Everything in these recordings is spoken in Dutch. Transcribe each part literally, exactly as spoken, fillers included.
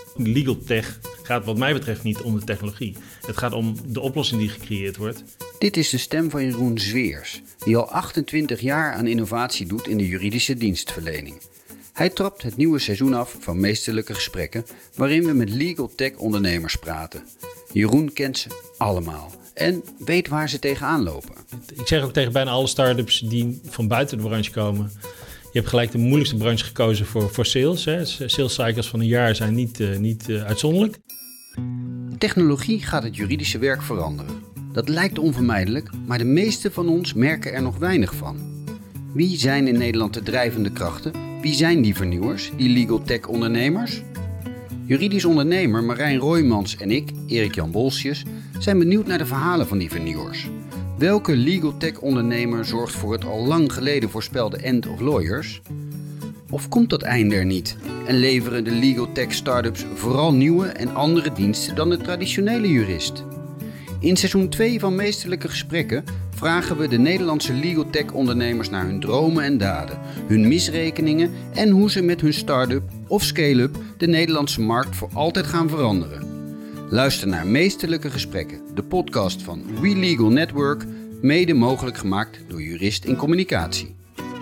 Legal tech gaat wat mij betreft niet om de technologie. Het gaat om de oplossing die gecreëerd wordt. Dit is de stem van Jeroen Zweers, die al achtentwintig jaar aan innovatie doet in de juridische dienstverlening. Hij trapt het nieuwe seizoen af van Meesterlijke Gesprekken, waarin we met legal tech ondernemers praten. Jeroen kent ze allemaal en weet waar ze tegenaan lopen. Ik zeg ook tegen bijna alle start-ups die van buiten de branche komen: je hebt gelijk de moeilijkste branche gekozen voor, voor sales. Hè. Sales cycles van een jaar zijn niet, uh, niet uh, uitzonderlijk. Technologie gaat het juridische werk veranderen. Dat lijkt onvermijdelijk, maar de meeste van ons merken er nog weinig van. Wie zijn in Nederland de drijvende krachten? Wie zijn die vernieuwers, die legal tech ondernemers? Juridisch ondernemer Marijn Roijmans en ik, Erik-Jan Bolsjes, zijn benieuwd naar de verhalen van die vernieuwers. Welke legal tech ondernemer zorgt voor het al lang geleden voorspelde end of lawyers? Of komt dat einde er niet en leveren de legal tech startups vooral nieuwe en andere diensten dan de traditionele jurist? In seizoen twee van Meesterlijke Gesprekken vragen we de Nederlandse legal tech ondernemers naar hun dromen en daden, hun misrekeningen en hoe ze met hun start-up of scale-up de Nederlandse markt voor altijd gaan veranderen. Luister naar Meesterlijke Gesprekken, de podcast van We Legal Network, mede mogelijk gemaakt door Jurist in Communicatie.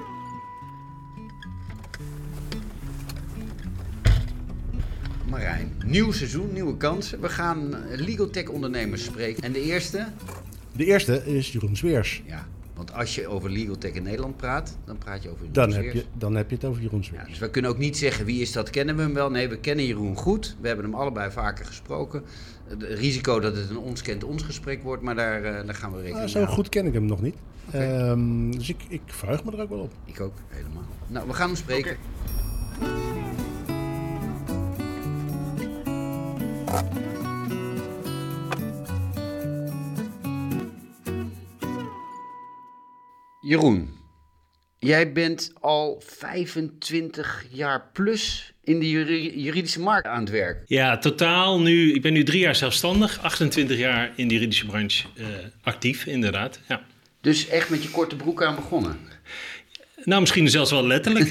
Marijn, nieuw seizoen, nieuwe kansen. We gaan legal tech ondernemers spreken. En de eerste? De eerste is Jeroen Zweers. Ja, want als je over legal tech in Nederland praat, dan praat je over Jeroen dan Zweers. Heb je, dan heb je het over Jeroen Zweers. Ja, dus we kunnen ook niet zeggen wie is dat, kennen we hem wel. Nee, we kennen Jeroen goed. We hebben hem allebei vaker gesproken. Het risico dat het een ons kent ons gesprek wordt, maar daar, uh, daar gaan we rekening mee uh, Zo houden. goed ken ik hem nog niet. Okay. Um, dus ik, ik verheug me er ook wel op. Ik ook, helemaal. Nou, we gaan hem spreken. Okay. Jeroen, jij bent al vijfentwintig jaar plus in de juridische markt aan het werk. Ja, totaal nu. Ik ben nu drie jaar zelfstandig, achtentwintig jaar in de juridische branche uh, actief, inderdaad. Ja. Dus echt met je korte broek aan begonnen? Nou, misschien zelfs wel letterlijk.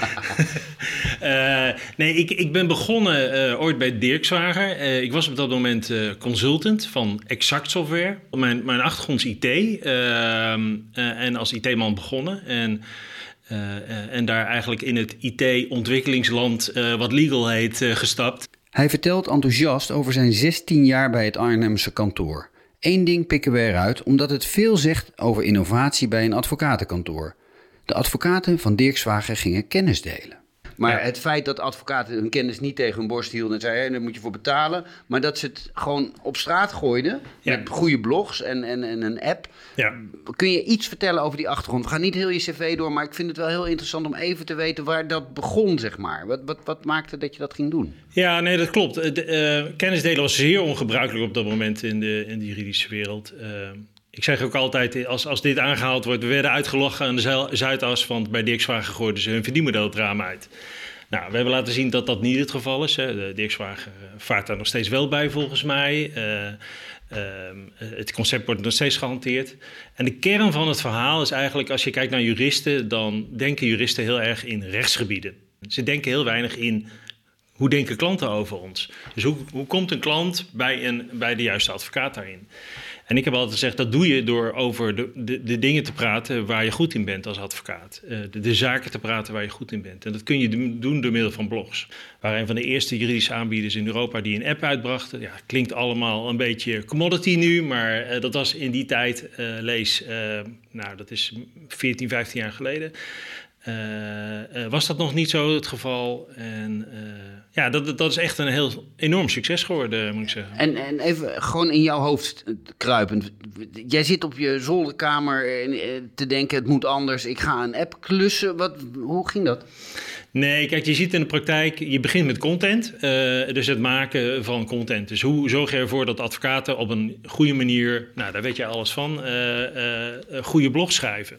uh, nee, ik, ik ben begonnen uh, ooit bij Dirkswager. Uh, ik was op dat moment uh, consultant van Exact Software. Mijn, mijn achtergrond is I T. Uh, uh, en als I T-man begonnen. En, uh, uh, en daar eigenlijk in het I T-ontwikkelingsland, uh, wat legal heet, uh, gestapt. Hij vertelt enthousiast over zijn zestien jaar bij het Arnhemse kantoor. Eén ding pikken we eruit, omdat het veel zegt over innovatie bij een advocatenkantoor. De advocaten van Dirkswager gingen kennis delen. Maar ja. Het feit dat advocaten hun kennis niet tegen hun borst hielden en zeiden, hey, daar moet je voor betalen, maar dat ze het gewoon op straat gooiden, ja. Met goede blogs en, en, en een app. Ja. Kun je iets vertellen over die achtergrond? We gaan niet heel je cv door, maar ik vind het wel heel interessant om even te weten waar dat begon, zeg maar. Wat, wat, wat maakte dat je dat ging doen? Ja, nee, dat klopt. De, uh, kennis delen was zeer ongebruikelijk op dat moment in de, in de juridische wereld. Uh, Ik zeg ook altijd, als, als dit aangehaald wordt, we werden uitgelachen aan de Zuidas, want bij Dirkswager gooiden ze hun verdienmodel het raam uit. Nou, we hebben laten zien dat dat niet het geval is. Hè. De Dirkswager vaart daar nog steeds wel bij, volgens mij. Uh, uh, het concept wordt nog steeds gehanteerd. En de kern van het verhaal is eigenlijk, als je kijkt naar juristen, dan denken juristen heel erg in rechtsgebieden. Ze denken heel weinig in, hoe denken klanten over ons? Dus hoe, hoe komt een klant bij, een, bij de juiste advocaat daarin? En ik heb altijd gezegd, dat doe je door over de, de, de dingen te praten waar je goed in bent als advocaat. Uh, de, de zaken te praten waar je goed in bent. En dat kun je doen door middel van blogs. We waren een van de eerste juridische aanbieders in Europa die een app uitbrachten. Ja, klinkt allemaal een beetje commodity nu, maar uh, dat was in die tijd, uh, lees, uh, nou dat is veertien, vijftien jaar geleden. Uh, uh, was dat nog niet zo het geval. En uh, ja, dat, dat is echt een heel enorm succes geworden, moet ik zeggen. En, en even gewoon in jouw hoofd kruipend. Jij zit op je zolderkamer te denken, het moet anders. Ik ga een app klussen. Wat, hoe ging dat? Nee, kijk, je ziet in de praktijk, je begint met content. Uh, dus het maken van content. Dus hoe zorg je ervoor dat advocaten op een goede manier, nou daar weet je alles van, uh, uh, goede blogs schrijven.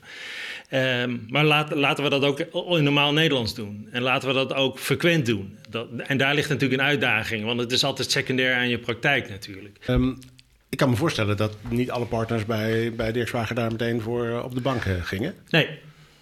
Um, maar laat, laten we dat ook in normaal Nederlands doen. En laten we dat ook frequent doen. Dat, en daar ligt natuurlijk een uitdaging. Want het is altijd secundair aan je praktijk natuurlijk. Um, ik kan me voorstellen dat niet alle partners bij, bij Dirkswager daar meteen voor op de bank gingen. Nee.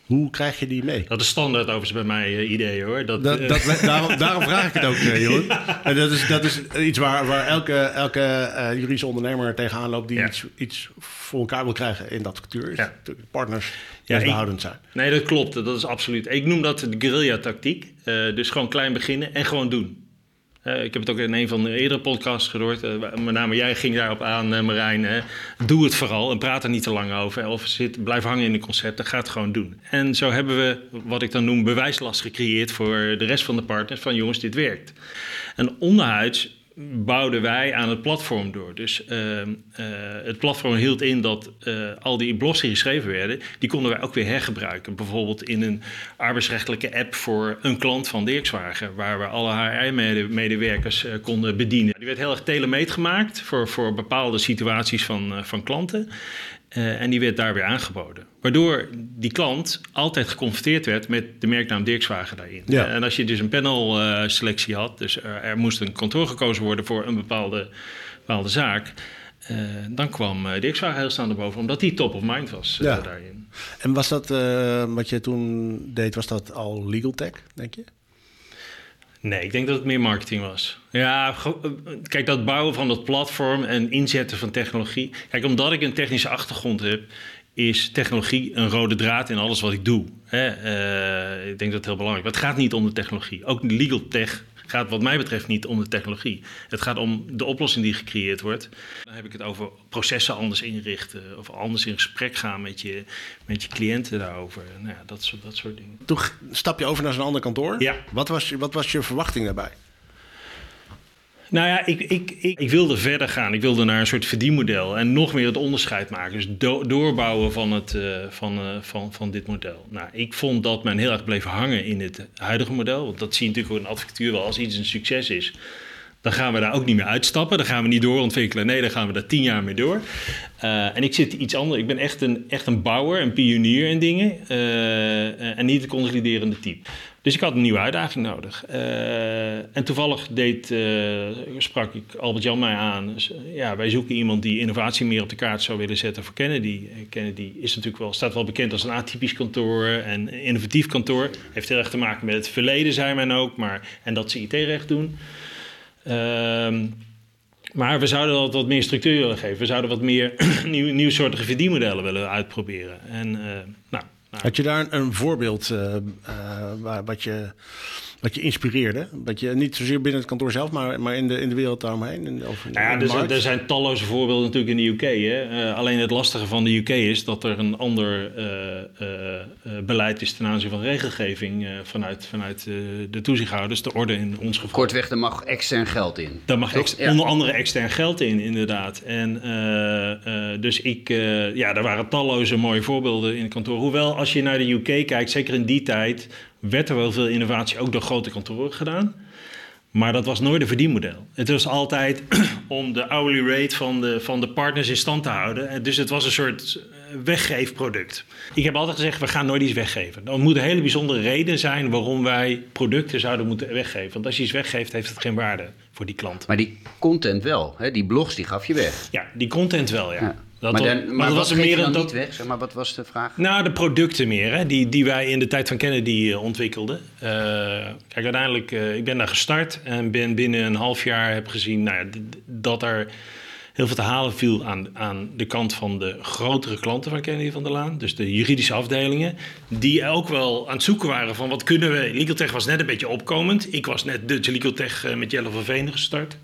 Hoe krijg je die mee? Dat is standaard overigens bij mij uh, idee hoor. Dat, Dat, uh, dat, daarom, daarom vraag ik het ook, uh, Jeroen. En dat is, dat is iets waar, waar elke, elke uh, juridische ondernemer tegenaan loopt... die ja. iets, iets voor elkaar wil krijgen in dat cultuur. Is ja. partners die ja, behoudend zijn. Nee, dat klopt. Dat is absoluut. Ik noem dat de guerrilla-tactiek. Uh, dus gewoon klein beginnen en gewoon doen. Uh, ik heb het ook in een van de eerdere podcasts gehoord. Uh, met name jij ging daarop aan, uh, Marijn. Uh, doe het vooral en praat er niet te lang over. Of zit, blijf hangen in de concepten. Ga het gewoon doen. En zo hebben we, wat ik dan noem, bewijslast gecreëerd... voor de rest van de partners van jongens, dit werkt. En onderhuids bouwden wij aan het platform door. Dus uh, uh, het platform hield in dat uh, al die blogs die geschreven werden... die konden wij ook weer hergebruiken. Bijvoorbeeld in een arbeidsrechtelijke app voor een klant van Dirkswagen... waar we alle H R-medewerkers uh, konden bedienen. Die werd heel erg telemeet gemaakt voor, voor bepaalde situaties van, uh, van klanten... Uh, en die werd daar weer aangeboden. Waardoor die klant altijd geconfronteerd werd met de merknaam Dirkswagen daarin. Ja. Uh, en als je dus een panelselectie uh, had... dus uh, er moest een kantoor gekozen worden voor een bepaalde, bepaalde zaak... Uh, dan kwam uh, Dirkswagen heel snel naar boven... omdat die top of mind was uh, ja. daarin. En was dat, uh, wat je toen deed, was dat al legal tech, denk je? Nee, ik denk dat het meer marketing was. Ja, kijk, dat bouwen van dat platform en inzetten van technologie. Kijk, omdat ik een technische achtergrond heb, is technologie een rode draad in alles wat ik doe. Hè? Uh, ik denk dat het heel belangrijk is. Maar het gaat niet om de technologie. Ook legal tech gaat wat mij betreft niet om de technologie. Het gaat om de oplossing die gecreëerd wordt. Dan heb ik het over processen anders inrichten... of anders in gesprek gaan met je, met je cliënten daarover. Nou ja, dat soort, dat soort dingen. Toen stap je over naar zo'n ander kantoor. Ja. Wat was, wat was je verwachting daarbij? Nou ja, ik, ik, ik, ik wilde verder gaan. Ik wilde naar een soort verdienmodel en nog meer het onderscheid maken. Dus do, doorbouwen van, het, uh, van, uh, van, van dit model. Nou, ik vond dat men heel erg bleef hangen in het huidige model. Want dat zie je natuurlijk ook in de advocatuur wel. Als iets een succes is, dan gaan we daar ook niet meer uitstappen. Dan gaan we niet doorontwikkelen. Nee, dan gaan we daar tien jaar mee door. Uh, en ik zit iets anders. Ik ben echt een, echt een bouwer, een pionier in dingen. Uh, en niet een consoliderende type. Dus ik had een nieuwe uitdaging nodig. Uh, en toevallig deed, uh, sprak ik Albert-Jan mij aan. Dus, uh, ja, wij zoeken iemand die innovatie meer op de kaart zou willen zetten voor Kennedy. Kennedy is natuurlijk wel, staat wel bekend als een atypisch kantoor en een innovatief kantoor. Heeft heel erg te maken met het verleden, zei men ook. Maar, en dat ze I T-recht doen. Uh, maar we zouden dat wat meer structuur willen geven. We zouden wat meer nieuw, nieuwsoortige verdienmodellen willen uitproberen. En uh, nou... Nou. Had je daar een, een voorbeeld uh, uh, wat, je, wat je inspireerde? Dat je niet zozeer binnen het kantoor zelf, maar, maar in, de, in de wereld daaromheen? In de, of in nou ja, de er, zijn, er zijn talloze voorbeelden natuurlijk in de U K. Hè? Uh, alleen het lastige van de U K is dat er een ander uh, uh, uh, beleid is ten aanzien van regelgeving uh, vanuit, vanuit uh, de toezichthouders, de orde in ons geval. Kortweg, er mag extern geld in. Daar mag ex- ja. onder andere extern geld in, inderdaad. En uh, uh, dus ik, uh, ja, er waren talloze mooie voorbeelden in het kantoor. Hoewel, als je naar de U K kijkt, zeker in die tijd, werd er wel veel innovatie ook door grote kantoren gedaan. Maar dat was nooit een verdienmodel. Het was altijd om de hourly rate van de, van de partners in stand te houden. Dus het was een soort weggeefproduct. Ik heb altijd gezegd, we gaan nooit iets weggeven. Er moet een hele bijzondere reden zijn waarom wij producten zouden moeten weggeven. Want als je iets weggeeft, heeft het geen waarde voor die klant. Maar die content wel, hè? Die blogs, die gaf je weg. Ja, die content wel, ja. ja. Dat maar dan, maar, maar dat was er meer dan dat... niet weg? Zeg maar, wat was de vraag? Nou, de producten meer, hè, die, die wij in de tijd van Kennedy uh, ontwikkelden. Uh, kijk, uiteindelijk, uh, ik ben daar gestart en ben binnen een half jaar heb gezien nou ja, d- dat er heel veel te halen viel aan, aan de kant van de grotere klanten van Kennedy van der Laan. Dus de juridische afdelingen, die ook wel aan het zoeken waren van wat kunnen we... Legal Tech was net een beetje opkomend. Ik was net Dutch Legal Tech uh, met Jelle van Venen gestart.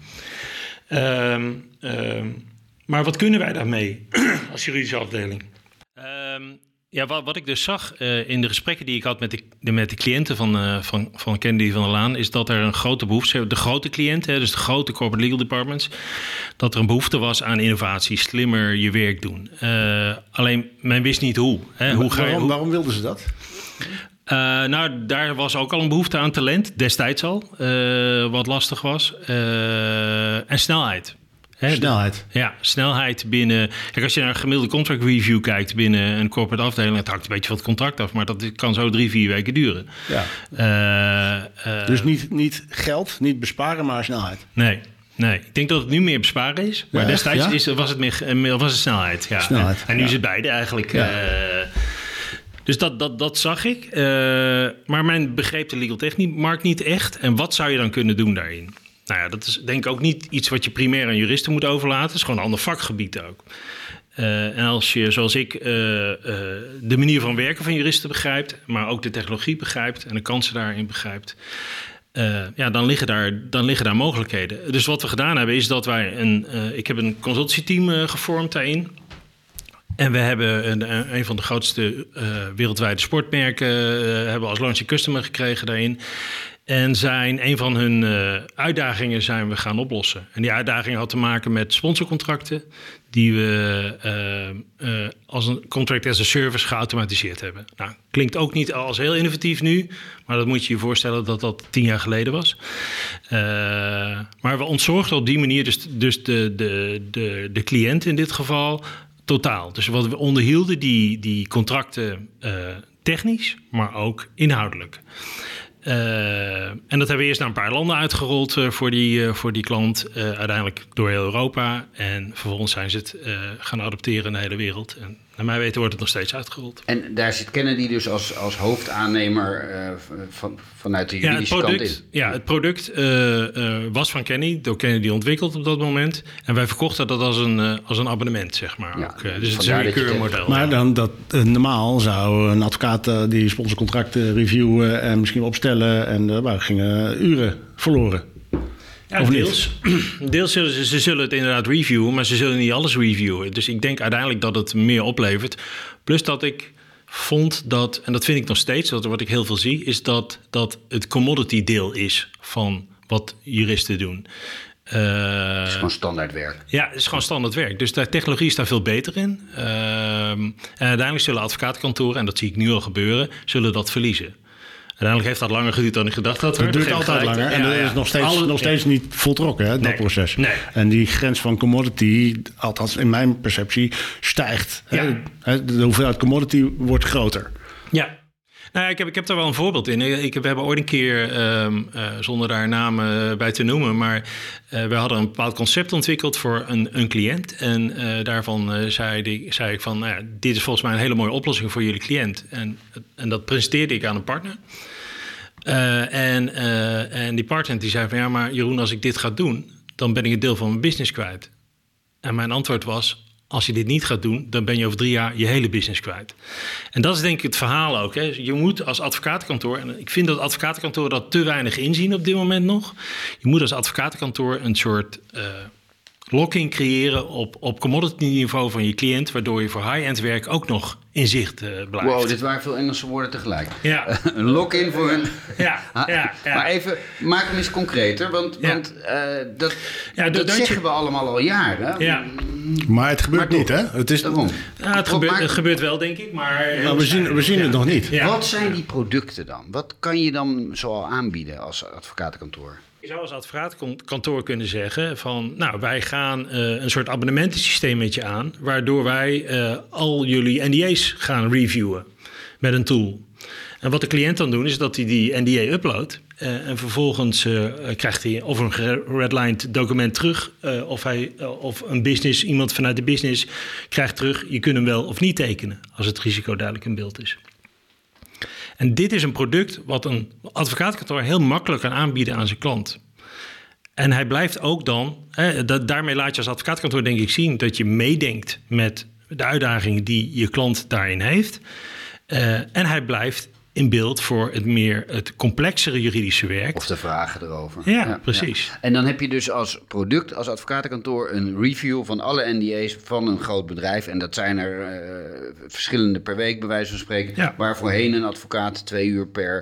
Um, um, Maar wat kunnen wij daarmee als juridische afdeling? Um, ja, wat, wat ik dus zag uh, in de gesprekken die ik had met de, de, met de cliënten van, uh, van, van Kennedy van der Laan, is dat er een grote behoefte, de grote cliënten, hè, dus de grote corporate legal departments, dat er een behoefte was aan innovatie, slimmer je werk doen. Uh, alleen men wist niet hoe. Hè, hoe ga je, waarom, hoe... waarom wilden ze dat? Uh, nou, daar was ook al een behoefte aan talent, destijds al, uh, wat lastig was. Uh, en snelheid. He, snelheid. De, ja, snelheid binnen... Kijk, als je naar een gemiddelde contract review kijkt binnen een corporate afdeling, het hangt een beetje van het contract af, maar dat kan zo drie, vier weken duren. Ja. Uh, uh, dus niet, niet geld, niet besparen, maar snelheid. Nee. Nee, ik denk dat het nu meer besparen is. Maar ja, destijds ja? is, was, het meer, was het snelheid. Ja. snelheid. En, en nu ja. is het beide eigenlijk. Ja. Uh, Dus dat, dat, dat zag ik. Uh, maar men begreep de legal tech-markt niet echt. En wat zou je dan kunnen doen daarin? Nou ja, dat is denk ik ook niet iets wat je primair aan juristen moet overlaten. Het is gewoon een ander vakgebied ook. Uh, en als je, zoals ik, uh, uh, de manier van werken van juristen begrijpt, maar ook de technologie begrijpt en de kansen daarin begrijpt, uh, ja, dan liggen, daar, dan liggen daar mogelijkheden. Dus wat we gedaan hebben is dat wij een, uh, ik heb een consultancyteam uh, gevormd daarin. En we hebben een, een van de grootste uh, wereldwijde sportmerken uh, hebben als launching customer gekregen daarin. En zijn een van hun uh, uitdagingen zijn we gaan oplossen. En die uitdaging had te maken met sponsorcontracten die we uh, uh, als een contract as a service geautomatiseerd hebben. Nou, klinkt ook niet als heel innovatief nu, maar dat moet je je voorstellen dat dat tien jaar geleden was. Uh, maar we ontzorgden op die manier dus, dus de, de, de, de cliënt in dit geval totaal. Dus wat we onderhielden die, die contracten uh, technisch, maar ook inhoudelijk. Uh, en dat hebben we eerst naar een paar landen uitgerold uh, voor, die, uh, voor die klant. Uh, uiteindelijk door heel Europa. En vervolgens zijn ze het uh, gaan adopteren in de hele wereld. En naar mijn weten wordt het nog steeds uitgerold. En daar zit Kennedy dus als, als hoofdaannemer uh, van, vanuit de juridische ja, het product, kant in? Ja, het product uh, uh, was van Kennedy, door Kennedy ontwikkeld op dat moment. En wij verkochten dat als een, uh, als een abonnement, zeg maar. Ja, ook, uh, dus het is een recuurmodel. Maar dan dat uh, normaal zou een advocaat uh, die sponsorcontracten reviewen en misschien opstellen. En uh, waar gingen uren verloren. Ja, deels. Deels zullen ze, ze zullen het inderdaad reviewen, maar ze zullen niet alles reviewen. Dus ik denk uiteindelijk dat het meer oplevert. Plus dat ik vond dat, en dat vind ik nog steeds, dat wat ik heel veel zie, is dat dat het commodity deel is van wat juristen doen. Uh, het is gewoon standaard werk. Ja, het is gewoon standaard werk. Dus de technologie is daar veel beter in. Uh, en uiteindelijk zullen advocatenkantoren, en dat zie ik nu al gebeuren, zullen dat verliezen. Uiteindelijk heeft dat langer geduurd dan ik gedacht had. Het duurt altijd langer en dat ja, is nog steeds, Alle, nog steeds ja. niet voltrokken, hè, dat nee, proces. Nee. En die grens van commodity, althans in mijn perceptie, stijgt. Ja. Hè? De hoeveelheid commodity wordt groter. Ja. Nou ja, ik heb, ik heb daar wel een voorbeeld in. Ik, we hebben ooit een keer, um, uh, zonder daar namen bij te noemen, maar uh, we hadden een bepaald concept ontwikkeld voor een, een cliënt. En uh, daarvan uh, zei, die, zei ik van, nou ja, dit is volgens mij een hele mooie oplossing voor jullie cliënt. En, en dat presenteerde ik aan een partner. Uh, en, uh, en die partner die zei van, ja, maar Jeroen, als ik dit ga doen, dan ben ik een deel van mijn business kwijt. En mijn antwoord was, als je dit niet gaat doen, dan ben je over drie jaar je hele business kwijt. En dat is denk ik het verhaal ook. Hè. Je moet als advocatenkantoor, en ik vind dat advocatenkantoren dat te weinig inzien op dit moment nog. Je moet als advocatenkantoor een soort uh, lock-in creëren op, op commodity niveau van je cliënt, waardoor je voor high-end werk ook nog in zicht uh, blijft. Wow, dit waren veel Engelse woorden tegelijk. Ja. Een lock-in voor een... Ja, ja, ja. Maar even, maak hem eens concreter, want, ja. want uh, dat, ja, dat, dat zeggen je... we allemaal al jaren. Ja. Maar het gebeurt maar niet, hè? Het is... Ja, het, gebeurt, het gebeurt wel, denk ik, maar... maar we zien, we zien ja. het nog niet. Ja. Wat zijn die producten dan? Wat kan je dan zoal aanbieden als advocatenkantoor? Je zou als advocatenkantoor kunnen zeggen van, nou, wij gaan uh, een soort abonnementensysteem met je aan, waardoor wij uh, al jullie N D A's gaan reviewen met een tool. En wat de cliënt dan doet, is dat hij die N D A uploadt uh, en vervolgens uh, krijgt hij of een geredlined document terug, uh, of, hij, uh, of een business, iemand vanuit de business krijgt terug, je kunt hem wel of niet tekenen, als het risico duidelijk in beeld is. En dit is een product wat een advocatenkantoor heel makkelijk kan aanbieden aan zijn klant. En hij blijft ook dan, hè, dat, daarmee laat je als advocatenkantoor denk ik zien dat je meedenkt met de uitdagingen die je klant daarin heeft. Uh, en hij blijft in beeld voor het meer het complexere juridische werk. Of de vragen erover. Ja, ja precies. Ja. En dan heb je dus als product, als advocatenkantoor, een review van alle N D A's van een groot bedrijf. En dat zijn er uh, verschillende per week, bij wijze van spreken. Ja. Waar voorheen een advocaat twee uur per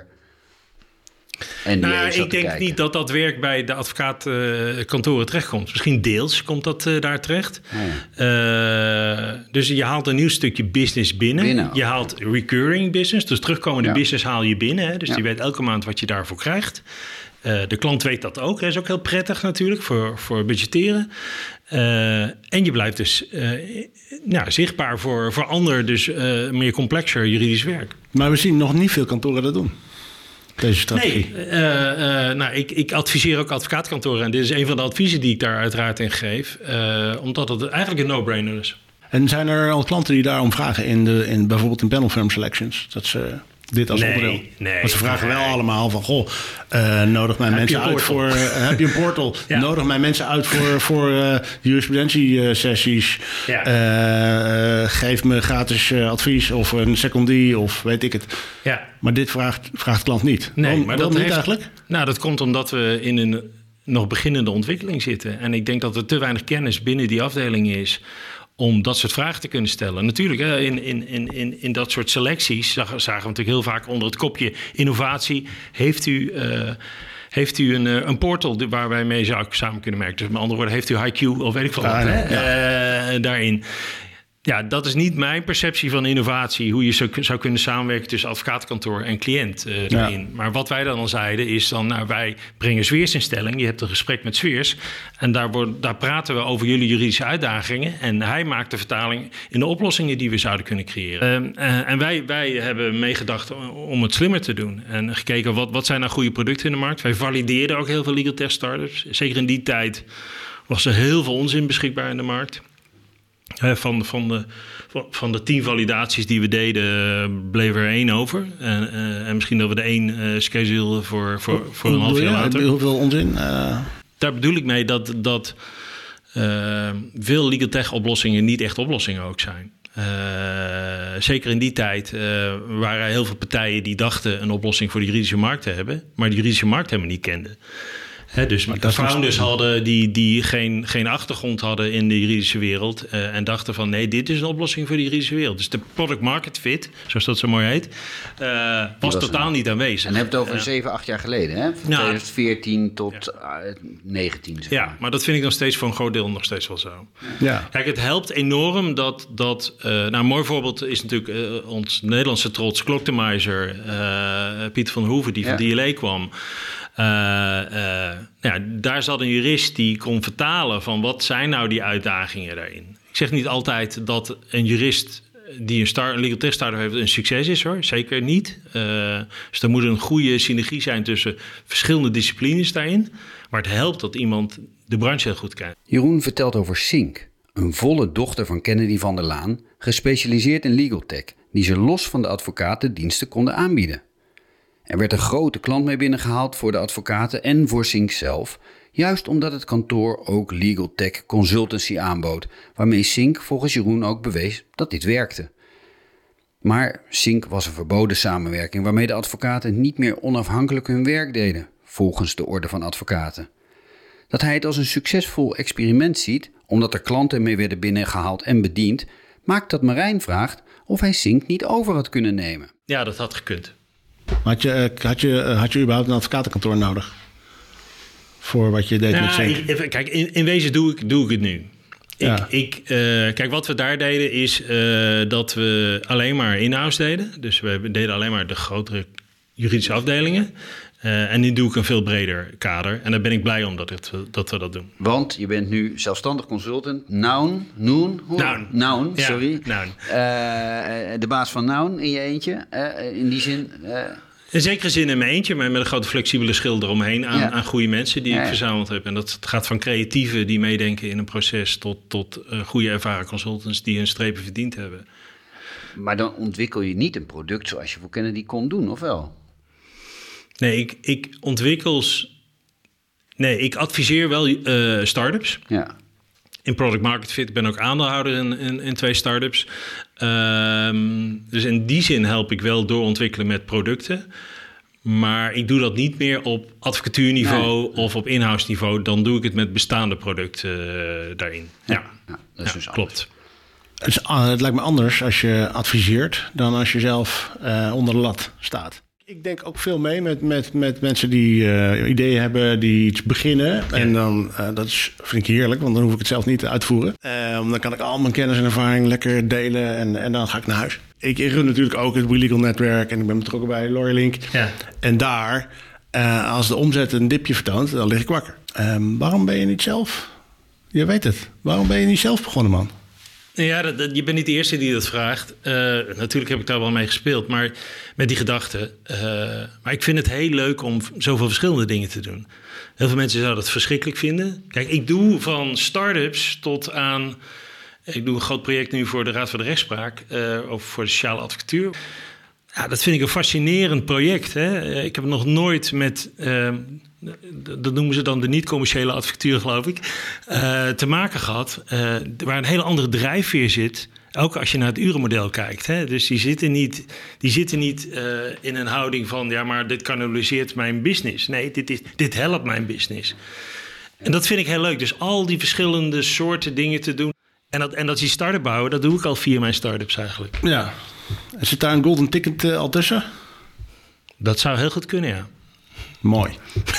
N D A nou, zat ik denk kijken. niet dat dat werk bij de advocatenkantoren terechtkomt. Misschien deels komt dat uh, daar terecht. Oh ja. uh, dus je haalt een nieuw stukje business binnen. binnen je haalt recurring business. Dus terugkomende ja. business haal je binnen. Hè? Dus ja. je weet elke maand wat je daarvoor krijgt. Uh, de klant weet dat ook. Dat is ook heel prettig natuurlijk voor, voor budgetteren. Uh, en je blijft dus uh, nou, zichtbaar voor, voor ander, dus uh, meer complexer juridisch werk. Maar we zien nog niet veel kantoren dat doen. Deze strategie. Nee, uh, uh, nou, ik, ik adviseer ook advocaatkantoren. En dit is een van de adviezen die ik daar uiteraard in geef. Uh, omdat het eigenlijk een no-brainer is. En zijn er al klanten die daarom vragen in de, in, bijvoorbeeld in panel firm selections, dat ze dit als nee, onderdeel? Nee, Want ze vragen nee. wel allemaal van, goh, uh, nodig mijn heb mensen uit voor... Uh, heb je een portal? Ja. Nodig mijn mensen uit voor, voor uh, jurisprudentie-sessies. Ja. Uh, uh, geef me gratis uh, advies of een secondie of weet ik het. Ja. Maar dit vraagt, vraagt de klant niet. Nee, Waarom, maar dat dat niet heeft, eigenlijk? Nou, dat komt omdat we in een nog beginnende ontwikkeling zitten. En ik denk dat er te weinig kennis binnen die afdeling is om dat soort vragen te kunnen stellen. Natuurlijk, hè, in, in, in, in dat soort selecties zagen, zagen we natuurlijk heel vaak onder het kopje innovatie. Heeft u, uh, heeft u een, een portal waar wij mee zou, samen kunnen merken? Dus met andere woorden, heeft u I Q of weet ik veel wat ah, nee, ja. uh, daarin? Ja, dat is niet mijn perceptie van innovatie, hoe je zou, zou kunnen samenwerken tussen advocatenkantoor en cliënt uh, daarin. Ja. Maar wat wij dan al zeiden is dan, nou, wij brengen Sweers in stelling. Je hebt een gesprek met Sweers en daar, wordt, daar praten we over jullie juridische uitdagingen. En hij maakt de vertaling in de oplossingen die we zouden kunnen creëren. Uh, uh, en wij, wij hebben meegedacht om het slimmer te doen. En gekeken, wat, wat zijn nou goede producten in de markt? Wij valideerden ook heel veel legal tech startups. Zeker in die tijd was er heel veel onzin beschikbaar in de markt. Van, van, de, van de tien validaties die we deden, bleef er één over. En, uh, en misschien dat we de één uh, schedule voor, voor, voor een half jaar later. Hoeveel onzin? Uh... Daar bedoel ik mee dat, dat uh, veel legal tech oplossingen niet echt oplossingen ook zijn. Uh, zeker in die tijd uh, waren er heel veel partijen die dachten een oplossing voor de juridische markt te hebben, maar de juridische markt helemaal niet kenden. He, dus de founders hadden die, die geen, geen achtergrond hadden in de juridische wereld uh, en dachten van nee, dit is een oplossing voor de juridische wereld. Dus de product market fit, zoals dat zo mooi heet, uh, was, was totaal een... niet aanwezig. En je hebt het over uh, zeven, acht jaar geleden, hè? Van nou, twintig veertien tot ja. uh, negentien. Zeg maar. Ja, maar dat vind ik nog steeds voor een groot deel nog steeds wel zo. Ja. Kijk, het helpt enorm dat, dat uh, nou een mooi voorbeeld is natuurlijk uh, ons Nederlandse trots, Clocktomizer, uh, Pieter van Hoeven, die ja. van D L A kwam. Uh, uh, ja, daar zat een jurist die kon vertalen van wat zijn nou die uitdagingen daarin. Ik zeg niet altijd dat een jurist die een, start, een legal tech startup heeft een succes is, hoor. Zeker niet. Uh, dus er moet een goede synergie zijn tussen verschillende disciplines daarin. Maar het helpt dat iemand de branche heel goed kent. Jeroen vertelt over Sync, een volle dochter van Kennedy van der Laan, gespecialiseerd in legal tech, die ze los van de advocaten diensten konden aanbieden. Er werd een grote klant mee binnengehaald voor de advocaten en voor Sync zelf, juist omdat het kantoor ook legal tech consultancy aanbood, waarmee Sync volgens Jeroen ook bewees dat dit werkte. Maar Sync was een verboden samenwerking waarmee de advocaten niet meer onafhankelijk hun werk deden, volgens de Orde van Advocaten. Dat hij het als een succesvol experiment ziet, omdat er klanten mee werden binnengehaald en bediend, maakt dat Marijn vraagt of hij Sync niet over had kunnen nemen. Ja, dat had gekund. Had je, had, je, had je überhaupt een advocatenkantoor nodig? Voor wat je deed ja, met Sync? Kijk, in, in wezen doe ik, doe ik het nu. Ja. Ik, ik, uh, kijk, wat we daar deden is uh, dat we alleen maar in-house deden. Dus we deden alleen maar de grotere juridische afdelingen. Uh, en nu doe ik een veel breder kader. En daar ben ik blij om dat, het, dat we dat doen. Want je bent nu zelfstandig consultant. Noun, Noon, Noun. Noun, sorry. Ja, Noun. Uh, de baas van Noun in je eentje. Uh, in die zin... Uh... In zekere zin in mijn eentje, maar met een grote flexibele schil eromheen aan, ja. aan goede mensen die ja, ja. ik verzameld heb. En dat gaat van creatieven die meedenken in een proces tot, tot uh, goede ervaren consultants die hun strepen verdiend hebben. Maar dan ontwikkel je niet een product zoals je voor Kennedy kon doen, of wel? Nee, ik, ik ontwikkel... Nee, ik adviseer wel uh, start-ups. Ja. In product market fit. Ik ben ook aandeelhouder in, in, in twee start-ups. Um, dus in die zin help ik wel doorontwikkelen met producten. Maar ik doe dat niet meer op advocatuurniveau nee. of op in-house niveau. Dan doe ik het met bestaande producten uh, daarin. Ja, ja, ja dat is ja, dus klopt. Het, is, het lijkt me anders als je adviseert dan als je zelf uh, onder de lat staat. Ik denk ook veel mee met, met, met mensen die uh, ideeën hebben, die iets beginnen. Ja. En dan, uh, dat is, vind ik heerlijk, want dan hoef ik het zelf niet te uitvoeren. Uh, dan kan ik al mijn kennis en ervaring lekker delen en, en dan ga ik naar huis. Ik, ik run natuurlijk ook het WeLegal netwerk en ik ben betrokken bij LawyerLink. Ja. En daar, uh, als de omzet een dipje vertoont, dan lig ik wakker. Um, waarom ben je niet zelf? Je weet het. Waarom ben je niet zelf begonnen, man? Ja, dat, dat, je bent niet de eerste die dat vraagt. Uh, natuurlijk heb ik daar wel mee gespeeld, maar met die gedachte. Uh, maar ik vind het heel leuk om zoveel verschillende dingen te doen. Heel veel mensen zouden het verschrikkelijk vinden. Kijk, ik doe van start-ups tot aan Ik doe een groot project nu voor de Raad voor de Rechtspraak, uh, over voor de sociale advocatuur. Ja, dat vind ik een fascinerend project. Hè? Ik heb nog nooit met, uh, dat noemen ze dan de niet-commerciële advocatuur, geloof ik, uh, te maken gehad. Uh, waar een hele andere drijfveer zit. Ook als je naar het urenmodel kijkt. Hè? Dus die zitten niet, die zitten niet uh, in een houding van, ja, maar dit kanaliseert mijn business. Nee, dit, is, dit helpt mijn business. En dat vind ik heel leuk. Dus al die verschillende soorten dingen te doen. En dat, en dat die start-up bouwen, dat doe ik al via mijn start-ups eigenlijk. Ja. Zit daar een golden ticket uh, al tussen? Dat zou heel goed kunnen, ja. Mooi.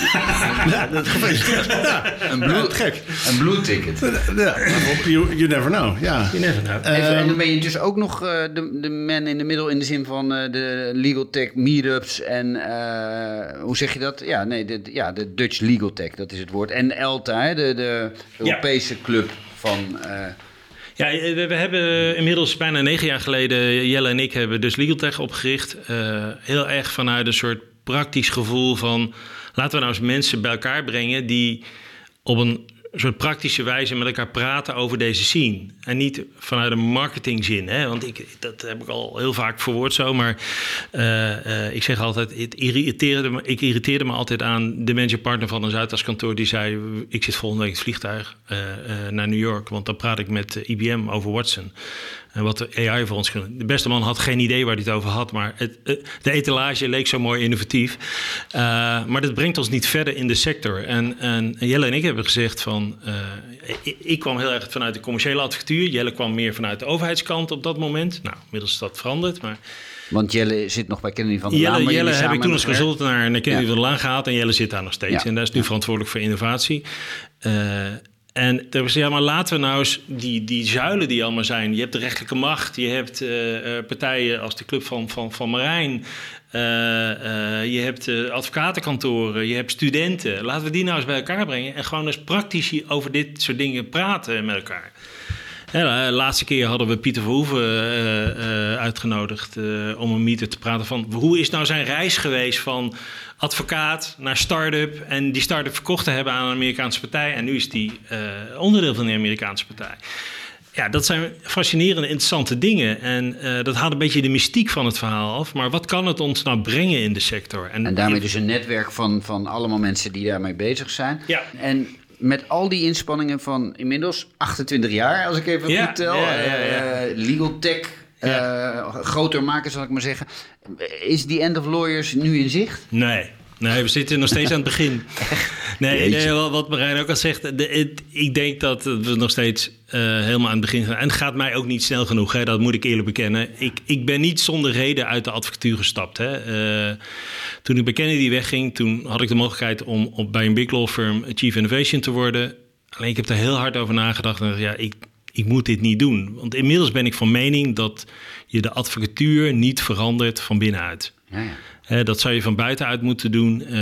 Ja, dat gefeliciteerd. Ja. Een blue, ja, gek. Een blue ticket. Ja, you, you never know. Ja. You never know. Even, en dan ben je dus ook nog uh, de, de man in de middel in de zin van uh, de legal tech meetups en uh, hoe zeg je dat? Ja, nee, de, ja, de Dutch legal tech, dat is het woord. En ELTA, hè, de, de Europese ja. club van... Uh, Ja, we, we hebben inmiddels bijna negen jaar geleden, Jelle en ik hebben dus Legal Tech opgericht. Uh, heel erg vanuit een soort praktisch gevoel van, laten we nou eens mensen bij elkaar brengen die op een soort praktische wijze met elkaar praten over deze scene. En niet vanuit een marketingzin, hè? Want ik, dat heb ik al heel vaak verwoord zo, maar uh, uh, ik zeg altijd, het irriteerde me, ik irriteerde me altijd aan de managerpartner van een Zuidas kantoor die zei, ik zit volgende week in het vliegtuig uh, uh, naar New York, want dan praat ik met I B M over Watson. En wat de A I voor ons kan. De beste man had geen idee waar hij het over had, maar het, de etalage leek zo mooi innovatief. Uh, maar dat brengt ons niet verder in de sector. En, en Jelle en ik hebben gezegd van, uh, ik, ik kwam heel erg vanuit de commerciële advocatuur. Jelle kwam meer vanuit de overheidskant op dat moment. Nou, inmiddels is dat veranderd, maar... Want Jelle zit nog bij Kennedy van der Jelle, Laan. Jelle heb ik toen als consultant naar, naar Kennedy ja. van der Laan gehaald en Jelle zit daar nog steeds. Ja. En daar is nu ja. verantwoordelijk voor innovatie. Uh, En er was ja, maar laten we nou eens die, die zuilen die allemaal zijn. Je hebt de rechterlijke macht, je hebt uh, partijen als de Club van, van, van Marijn. Uh, uh, je hebt uh, advocatenkantoren, je hebt studenten. Laten we die nou eens bij elkaar brengen en gewoon eens praktisch over dit soort dingen praten met elkaar. Ja, de laatste keer hadden we Pieter Verhoeven uh, uh, uitgenodigd uh, om een meeting te praten van hoe is nou zijn reis geweest van advocaat naar start-up en die start-up verkocht te hebben aan een Amerikaanse partij en nu is die uh, onderdeel van de Amerikaanse partij. Ja, dat zijn fascinerende, interessante dingen en uh, dat haalt een beetje de mystiek van het verhaal af. Maar wat kan het ons nou brengen in de sector? En, en daarmee dus een netwerk van, van allemaal mensen die daarmee bezig zijn. Ja. En met al die inspanningen van inmiddels achtentwintig jaar, als ik even ja, goed tel, ja, ja, ja. Uh, legal tech, ja. uh, groter maken zal ik maar zeggen. Is die end of lawyers nu in zicht? Nee. Nee, we zitten nog steeds aan het begin. Nee, nee wat Marijn ook al zegt, de, het, ik denk dat we nog steeds uh, helemaal aan het begin zijn. En het gaat mij ook niet snel genoeg, hè, dat moet ik eerlijk bekennen. Ik, ik ben niet zonder reden uit de advocatuur gestapt. Hè. Uh, toen ik bij Kennedy wegging, toen had ik de mogelijkheid om op, bij een big law firm Chief Innovation te worden. Alleen ik heb er heel hard over nagedacht en dacht, ja, ik, ik moet dit niet doen. Want inmiddels ben ik van mening dat je de advocatuur niet verandert van binnenuit. Ja, ja. Uh, dat zou je van buitenuit moeten doen. Uh,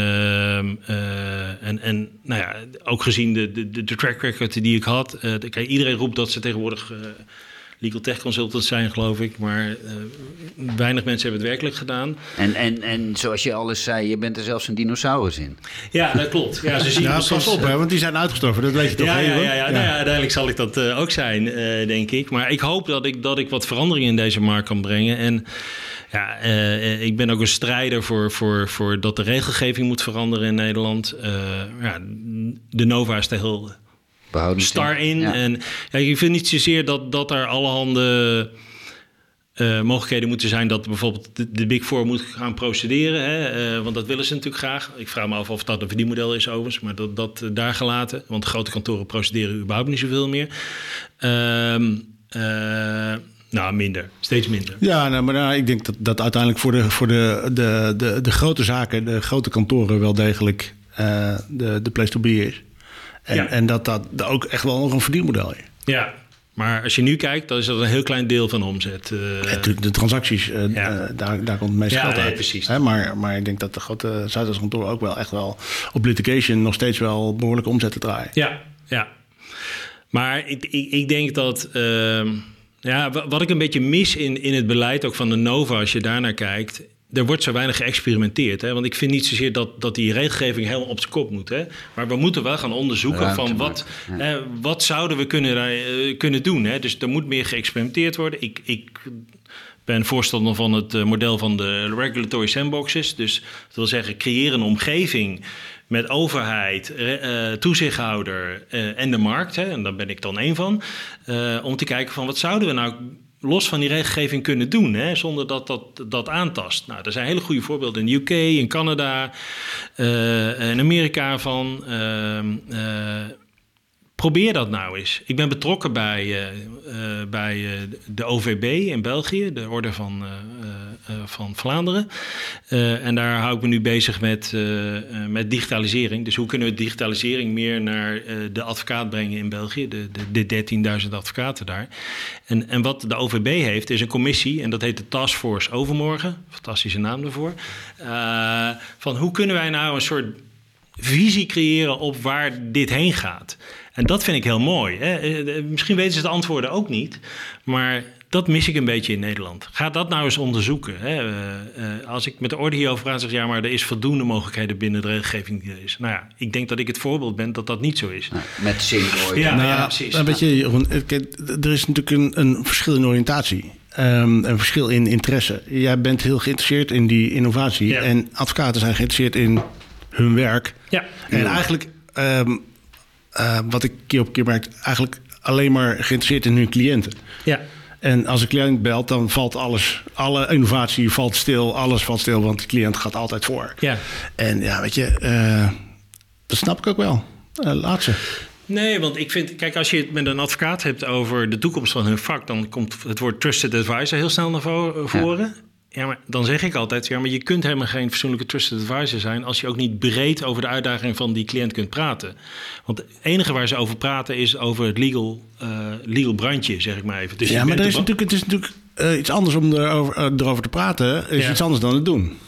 uh, en, en nou ja, ook gezien de, de, de track record die ik had. Uh, kijk, iedereen roept dat ze tegenwoordig uh, legal tech consultants zijn, geloof ik. Maar uh, weinig mensen hebben het werkelijk gedaan. En, en, en zoals je alles zei, je bent er zelfs een dinosaurus in. Ja, dat klopt. Ja, ze zien ja, soms, pas op, hè, want die zijn uitgestorven. Dat weet je toch? Ja, heel, ja, ja, ja. ja. Nou ja, uiteindelijk zal ik dat uh, ook zijn, uh, denk ik. Maar ik hoop dat ik, dat ik wat verandering in deze markt kan brengen. En ja, uh, ik ben ook een strijder voor, voor, voor dat de regelgeving moet veranderen in Nederland. Uh, ja, de Nova is er heel star in. Ja. En ja, ik vind niet zozeer dat, dat er allerhande uh, mogelijkheden moeten zijn dat bijvoorbeeld de, de Big Four moet gaan procederen. Hè? Uh, want dat willen ze natuurlijk graag. Ik vraag me af of dat een verdienmodel is overigens, maar dat, dat uh, daar gelaten. Want grote kantoren procederen überhaupt niet zoveel meer. Uh, uh, Nou, minder. Steeds minder. Ja, nou, maar nou, ik denk dat, dat uiteindelijk voor, de, voor de, de, de, de grote zaken, de grote kantoren wel degelijk uh, de, de place to be is. En, ja. en dat dat ook echt wel nog een verdienmodel is. Ja, maar als je nu kijkt, dan is dat een heel klein deel van de omzet. Uh, de, de transacties, uh, ja. uh, daar, daar komt het meeste ja, geld nee, uit. Precies. Hè, maar, maar ik denk dat de grote Zuidas kantoren ook wel echt wel op litigation nog steeds wel behoorlijke omzetten draaien. Ja, ja. Maar ik, ik, ik denk dat Uh, ja, wat ik een beetje mis in, in het beleid ook van de Nova, als je daarnaar kijkt, er wordt zo weinig geëxperimenteerd. Hè? Want ik vind niet zozeer dat, dat die regelgeving helemaal op zijn kop moet. Hè? Maar we moeten wel gaan onderzoeken Ruimte van wat, ja. eh, wat zouden we kunnen, uh, kunnen doen. Hè? Dus er moet meer geëxperimenteerd worden. Ik, ik ben voorstander van het uh, model van de regulatory sandboxes. Dus dat wil zeggen, creëer een omgeving met overheid, uh, toezichthouder uh, en de markt. Hè? En daar ben ik dan één van. Uh, om te kijken van wat zouden we nou los van die regelgeving kunnen doen, hè, zonder dat dat, dat aantast. Nou, er zijn hele goede voorbeelden in de U K, in Canada, uh, in Amerika van. Uh, uh, probeer dat nou eens. Ik ben betrokken bij, uh, uh, bij uh, de O V B in België, de Orde van, uh, uh, van Vlaanderen. Uh, en daar hou ik me nu bezig met, uh, uh, met digitalisering. Dus hoe kunnen we digitalisering meer naar uh, de advocaat brengen in België, de, de, de dertienduizend advocaten daar. En, en wat de O V B heeft, is een commissie, en dat heet de Task Force Overmorgen. Fantastische naam daarvoor. Uh, van hoe kunnen wij nou een soort visie creëren op waar dit heen gaat. En dat vind ik heel mooi. Hè? Misschien weten ze de antwoorden ook niet, maar dat mis ik een beetje in Nederland. Ga dat nou eens onderzoeken. Hè? Uh, uh, als ik met de orde hierover praat, zeg ja, maar er is voldoende mogelijkheden binnen de regelgeving die er is. Nou ja, ik denk dat ik het voorbeeld ben dat dat niet zo is. Nou, met zin ooit. Ja, nou, ja, precies. Nou, weet je, Jeroen, er is natuurlijk een, een verschil in oriëntatie. Um, een verschil in interesse. Jij bent heel geïnteresseerd in die innovatie. Ja. En advocaten zijn geïnteresseerd in hun werk. Ja. En eigenlijk, um, uh, wat ik keer op keer merk, eigenlijk alleen maar geïnteresseerd in hun cliënten. Ja. En als een cliënt belt, dan valt alles, alle innovatie valt stil, alles valt stil, want de cliënt gaat altijd voor. Ja. En ja, weet je, uh, dat snap ik ook wel. Uh, laat ze. Nee, want ik vind, kijk, als je het met een advocaat hebt over de toekomst van hun vak, dan komt het woord trusted advisor heel snel naar voren. Ja. Ja, maar dan zeg ik altijd, ja, maar je kunt helemaal geen fatsoenlijke trusted advisor zijn als je ook niet breed over de uitdaging van die cliënt kunt praten. Want het enige waar ze over praten is over het legal, uh, legal brandje, zeg ik maar even. Dus ja, maar er is natuurlijk, het is natuurlijk uh, iets anders om erover, uh, erover te praten, is ja. iets anders dan het doen.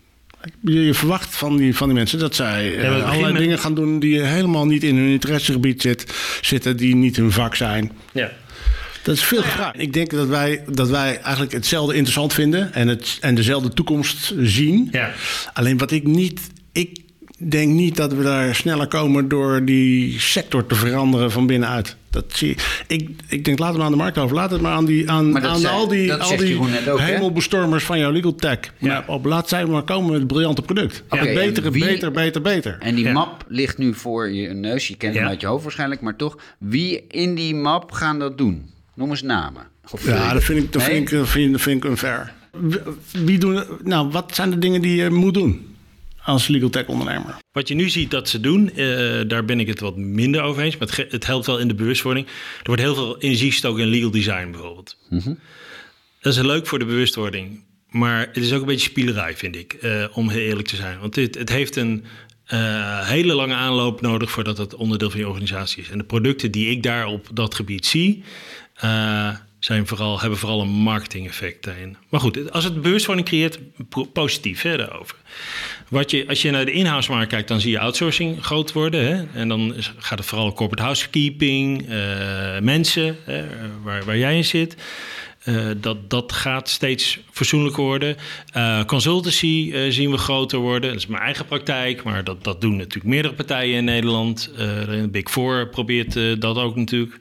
Je, je verwacht van die, van die mensen dat zij uh, ja, allerlei met... dingen gaan doen die helemaal niet in hun interessegebied zit, zitten, die niet hun vak zijn. Ja. Dat is veel gevraagd. Ik denk dat wij, dat wij eigenlijk hetzelfde interessant vinden en, het, en dezelfde toekomst zien. Ja. Alleen wat ik niet... Ik denk niet dat we daar sneller komen door die sector te veranderen van binnenuit. Dat zie ik. Ik, ik denk, laten we aan de markt over. Laat het maar aan, die, aan, aan zei, al die, al die ook, hemelbestormers van jouw legal tech. Ja. Op, laat zij maar komen met het briljante product. Okay, het betere, wie, beter, beter, beter. En die ja. map ligt nu voor je neus. Je kent ja. hem uit je hoofd waarschijnlijk. Maar toch, wie in die map gaan dat doen? Noem eens namen. Of ja, dat vind ik, dat nee? vind ik, vind, vind ik unfair. Wie doen, nou, wat zijn de dingen die je moet doen als legal tech ondernemer? Wat je nu ziet dat ze doen, uh, daar ben ik het wat minder over eens. Maar het, het helpt wel in de bewustwording. Er wordt heel veel energie gestoken in legal design bijvoorbeeld. Mm-hmm. Dat is leuk voor de bewustwording. Maar het is ook een beetje spielerij, vind ik. Uh, om heel eerlijk te zijn. Want het, het heeft een uh, hele lange aanloop nodig voordat het onderdeel van je organisatie is. En de producten die ik daar op dat gebied zie, Uh, zijn vooral, hebben vooral een marketing effect daarin. Maar goed, als het bewustwording creëert, positief hè, daarover. Wat je, als je naar de in-house markt kijkt, dan zie je outsourcing groot worden. Hè? En dan gaat het vooral corporate housekeeping, uh, mensen, hè, waar, waar jij in zit. Uh, dat, dat gaat steeds fatsoenlijker worden. Uh, consultancy uh, zien we groter worden. Dat is mijn eigen praktijk, maar dat, dat doen natuurlijk meerdere partijen in Nederland. Uh, de Big Four probeert uh, dat ook natuurlijk.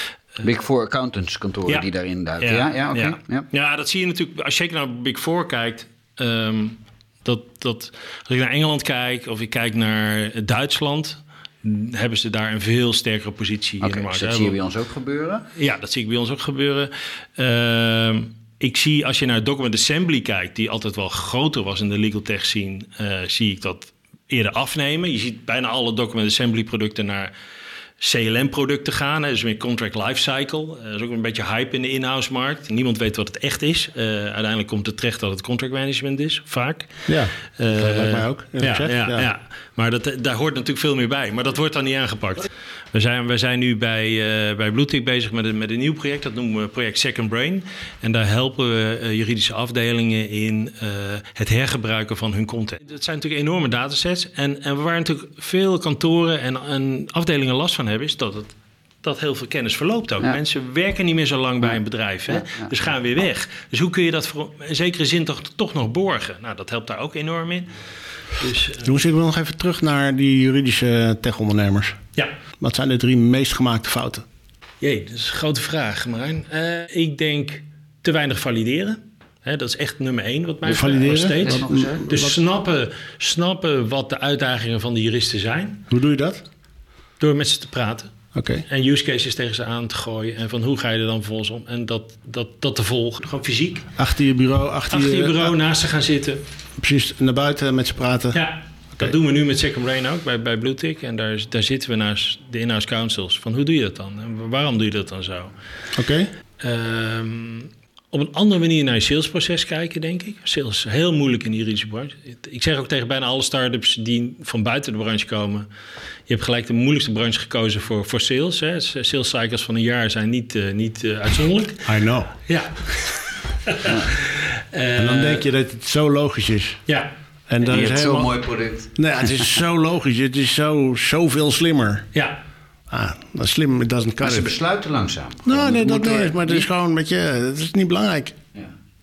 Big Four accountants kantoren ja. die daarin duiken. Ja, ja, ja, okay. ja. ja. ja, dat zie je natuurlijk. Als je naar Big Four kijkt, um, dat, dat, als ik naar Engeland kijk of ik kijk naar Duitsland, hebben ze daar een veel sterkere positie okay, in de markt. Dus dat zie je bij ons ook gebeuren? Ja, dat zie ik bij ons ook gebeuren. Uh, ik zie, als je naar Document Assembly kijkt, die altijd wel groter was in de legal tech scene, uh, zie ik dat eerder afnemen. Je ziet bijna alle Document Assembly producten naar C L M-producten gaan, hè, dus meer contract lifecycle. Uh, dat is ook een beetje hype in de in-house markt. Niemand weet wat het echt is. Uh, uiteindelijk komt het terecht dat het contract management is, vaak. Ja, uh, dat lijkt mij ook. Ja, ja, ja. ja, maar dat, daar hoort natuurlijk veel meer bij. Maar dat wordt dan niet aangepakt. We zijn, we zijn nu bij, uh, bij Bluetick bezig met een, met een nieuw project. Dat noemen we project Second Brain. En daar helpen we uh, juridische afdelingen in uh, het hergebruiken van hun content. Dat zijn natuurlijk enorme datasets. En, en waar natuurlijk veel kantoren en, en afdelingen last van hebben, is dat het dat heel veel kennis verloopt ook. Ja. Mensen werken niet meer zo lang bij een bedrijf. Hè? Ja, ja, dus gaan weer weg. Dus hoe kun je dat voor in zekere zin toch, toch nog borgen? Nou, dat helpt daar ook enorm in. Dus, uh... Jongens, ik wil nog even terug naar die juridische tech-ondernemers. Ja. Wat zijn de drie meest gemaakte fouten? Jee, dat is een grote vraag, Marijn. Uh, ik denk te weinig valideren. He, dat is echt nummer één wat mij nog steeds. Wat, dus wat? Snappen, snappen wat de uitdagingen van de juristen zijn. Hoe doe je dat? Door met ze te praten. Okay. En use cases tegen ze aan te gooien. En van hoe ga je er dan vervolgens om? En dat, dat, dat te volgen. Gewoon fysiek. Achter je bureau. Achter, achter je, je bureau, uh, naast ze gaan zitten. Precies, naar buiten met ze praten. Ja, okay. Dat doen we nu met Second Brain ook bij, bij Bluetick. En daar, daar zitten we naast de in-house counsels. Van hoe doe je dat dan? En waarom doe je dat dan zo? Oké. Okay. Um, op een andere manier naar je salesproces kijken, denk ik. Sales is heel moeilijk in de juridische branche. Ik zeg ook tegen bijna alle start-ups die van buiten de branche komen. Je hebt gelijk de moeilijkste branche gekozen voor, voor sales. Hè. Sales cycles van een jaar zijn niet, uh, niet uh, uitzonderlijk. I know. Ja. ja. uh, en dan denk je dat het zo logisch is. Ja. En, en je hebt helemaal... zo'n mooi product. Nee, het is zo logisch. Het is zo, zoveel slimmer. Ja. Ah, dat is slim, it doesn't cut Maar ze it. besluiten langzaam. Nou, nee, dat niet eens, maar het is gewoon een beetje, dat is niet belangrijk. Ja.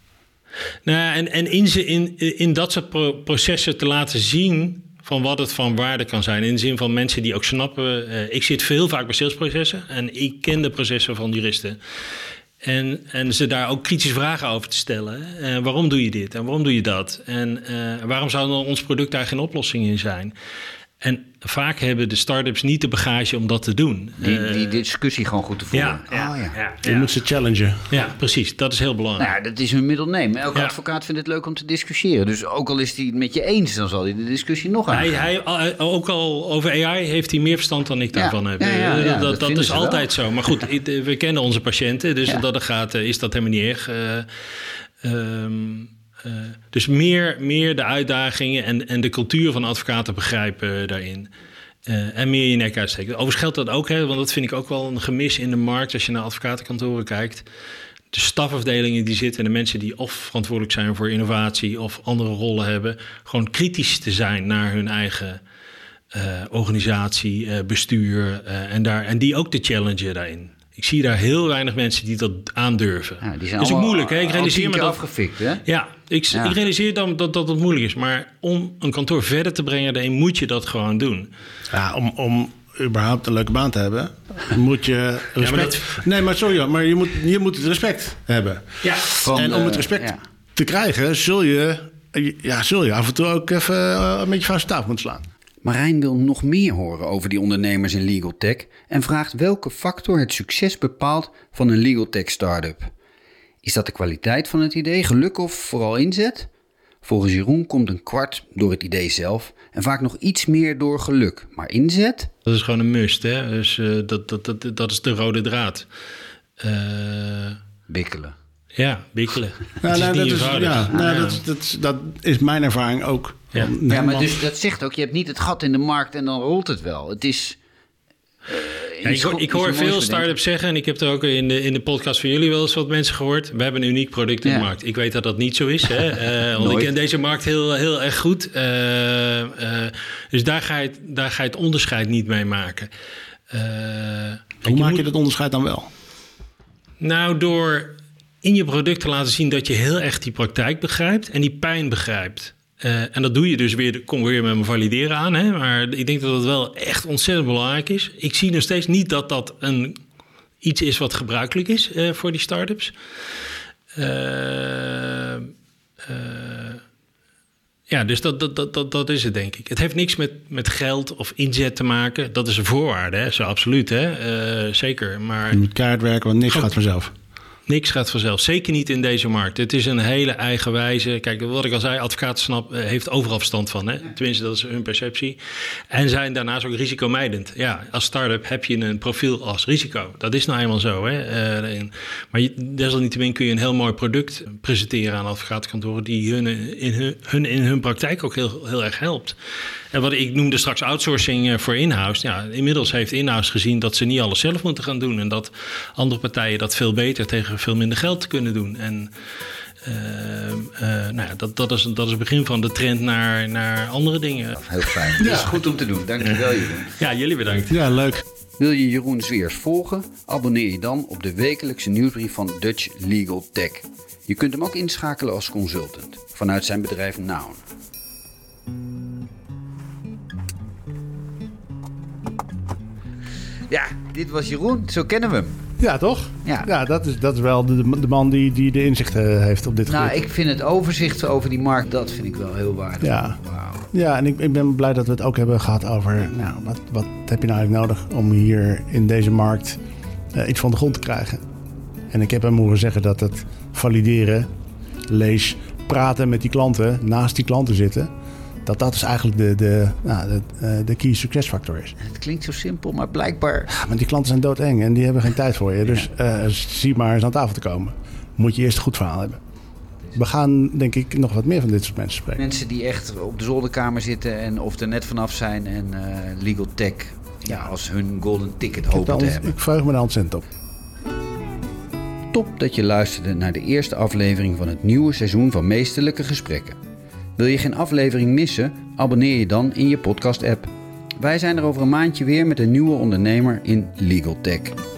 Nou, en, en in, ze, in, in dat soort pro- processen te laten zien van wat het van waarde kan zijn. In de zin van mensen die ook snappen. Uh, ik zit heel vaak bij salesprocessen en ik ken de processen van juristen. En, en ze daar ook kritische vragen over te stellen. Uh, waarom doe je dit en waarom doe je dat? En uh, waarom zou dan ons product daar geen oplossing in zijn? En vaak hebben de start-ups niet de bagage om dat te doen. Die, die discussie gewoon goed te voeren. Ja, ja, oh, ja. ja, Je ja. moet ze challengen. Ja, precies. Dat is heel belangrijk. Nou, dat is hun middel neem. Elke ja. advocaat vindt het leuk om te discussiëren. Dus ook al is hij het met je eens, dan zal hij de discussie nog aan. Hij, hij, ook al over A I heeft hij meer verstand dan ik daarvan ja. heb. Ja, ja, ja, dat dat dat is altijd wel. zo. Maar goed, we kennen onze patiënten. Dus ja. dat er gaat, is dat helemaal niet erg. Uh, um, Uh, dus meer, meer de uitdagingen en, en de cultuur van advocaten begrijpen daarin. Uh, en meer je nek uitsteken. Overigens geldt dat ook, hè, want dat vind ik ook wel een gemis in de markt als je naar advocatenkantoren kijkt. De stafafdelingen die zitten en de mensen die of verantwoordelijk zijn voor innovatie of andere rollen hebben, gewoon kritisch te zijn naar hun eigen uh, organisatie, uh, bestuur uh, en, daar, en die ook te challengen daarin. Ik zie daar heel weinig mensen die dat aandurven. Ja, die zijn dat is ook moeilijk. Hè? Ik realiseer me dat afgefikt, hè? Ja, ik, ja. ik realiseer dan dat, dat het moeilijk is. Maar om een kantoor verder te brengen, dan moet je dat gewoon doen. Ja, om, om überhaupt een leuke baan te hebben, moet je respect... Ja, maar dat... Nee, maar sorry, maar je moet, je moet het respect hebben. Ja. Van, en om het respect uh, ja. te krijgen, zul je, ja, zul je af en toe ook even een beetje van zijn tafel moeten slaan. Marijn wil nog meer horen over die ondernemers in legal tech en vraagt welke factor het succes bepaalt van een legal tech start-up. Is dat de kwaliteit van het idee, geluk of vooral inzet? Volgens Jeroen komt een kwart door het idee zelf en vaak nog iets meer door geluk. Maar inzet? Dat is gewoon een must, hè? Dus uh, dat, dat, dat, dat is de rode draad. Uh... Bikkelen. Ja, bikkelen. Ja, nou, dat, is, ja, ah, nou, ja. Dat, dat, dat is mijn ervaring ook. Ja, ja maar dus, dat zegt ook, je hebt niet het gat in de markt en dan rolt het wel. Het is... Uh, ja, ik, hoor, ik hoor veel start-ups zeggen, en ik heb er ook in de, in de podcast van jullie wel eens wat mensen gehoord. We hebben een uniek product in ja. de markt. Ik weet dat dat niet zo is. Hè? Uh, want ik ken deze markt heel, heel erg goed. Uh, uh, dus daar ga, je, daar ga je het onderscheid niet mee maken. Uh, Hoe je maak moet, je dat onderscheid dan wel? Nou, door in je product te laten zien dat je heel erg die praktijk begrijpt en die pijn begrijpt. Uh, en dat doe je dus weer, kom weer met mijn valideren aan. Hè? Maar ik denk dat dat wel echt ontzettend belangrijk is. Ik zie nog steeds niet dat dat een, iets is wat gebruikelijk is uh, voor die start-ups. Uh, uh, ja, dus dat, dat, dat, dat, dat is het, denk ik. Het heeft niks met, met geld of inzet te maken. Dat is een voorwaarde, hè? Zo absoluut, hè? Uh, zeker. Maar je moet keihard werken, want niks gaat vanzelf. Niks gaat vanzelf. Zeker niet in deze markt. Het is een hele eigenwijze... Kijk, wat ik al zei, advocaten snap, heeft overal verstand van. Hè? Tenminste, dat is hun perceptie. En zijn daarnaast ook risicomijdend. Ja, als start-up heb je een profiel als risico. Dat is nou eenmaal zo. Hè? Uh, maar je, desalniettemin kun je een heel mooi product presenteren aan advocatenkantoren... die hun in hun, hun, in hun praktijk ook heel, heel erg helpt. En wat ik noemde straks outsourcing voor in-house. Ja, inmiddels heeft in-house gezien dat ze niet alles zelf moeten gaan doen. En dat andere partijen dat veel beter tegen veel minder geld kunnen doen. En uh, uh, nou ja, dat, dat, is, dat is het begin van de trend naar, naar andere dingen. Heel fijn. Dat is goed om te doen. Dank je wel, Jeroen. Ja, jullie bedankt. Ja, leuk. Wil je Jeroen Zweers volgen? Abonneer je dan op de wekelijkse nieuwsbrief van Dutch Legal Tech. Je kunt hem ook inschakelen als consultant vanuit zijn bedrijf Noun. Ja, dit was Jeroen. Zo kennen we hem. Ja, toch? Ja, ja dat, is, dat is wel de, de man die, die de inzichten heeft op dit nou, gebied. Ik vind het overzicht over die markt, dat vind ik wel heel waardevol. Ja, wow. ja en ik, ik ben blij dat we het ook hebben gehad over... Nou, wat, wat heb je nou eigenlijk nodig om hier in deze markt uh, iets van de grond te krijgen? En ik heb hem horen zeggen dat het valideren, lees, praten met die klanten, naast die klanten zitten... dat dat is eigenlijk de, de, nou, de, uh, de key success factor is. Het klinkt zo simpel, maar blijkbaar... Ja, maar die klanten zijn doodeng en die hebben geen tijd voor je. Dus uh, zie maar eens aan tafel te komen. Moet je eerst een goed verhaal hebben. We gaan, denk ik, nog wat meer van dit soort mensen spreken. Mensen die echt op de zolderkamer zitten en of er net vanaf zijn... en uh, Legal Tech ja, als hun golden ticket hopen te hebben. Ik verheug me daar ontzettend op. Top dat je luisterde naar de eerste aflevering van het nieuwe seizoen van Meesterlijke Gesprekken. Wil je geen aflevering missen? Abonneer je dan in je podcast-app. Wij zijn er over een maandje weer met een nieuwe ondernemer in Legal Tech.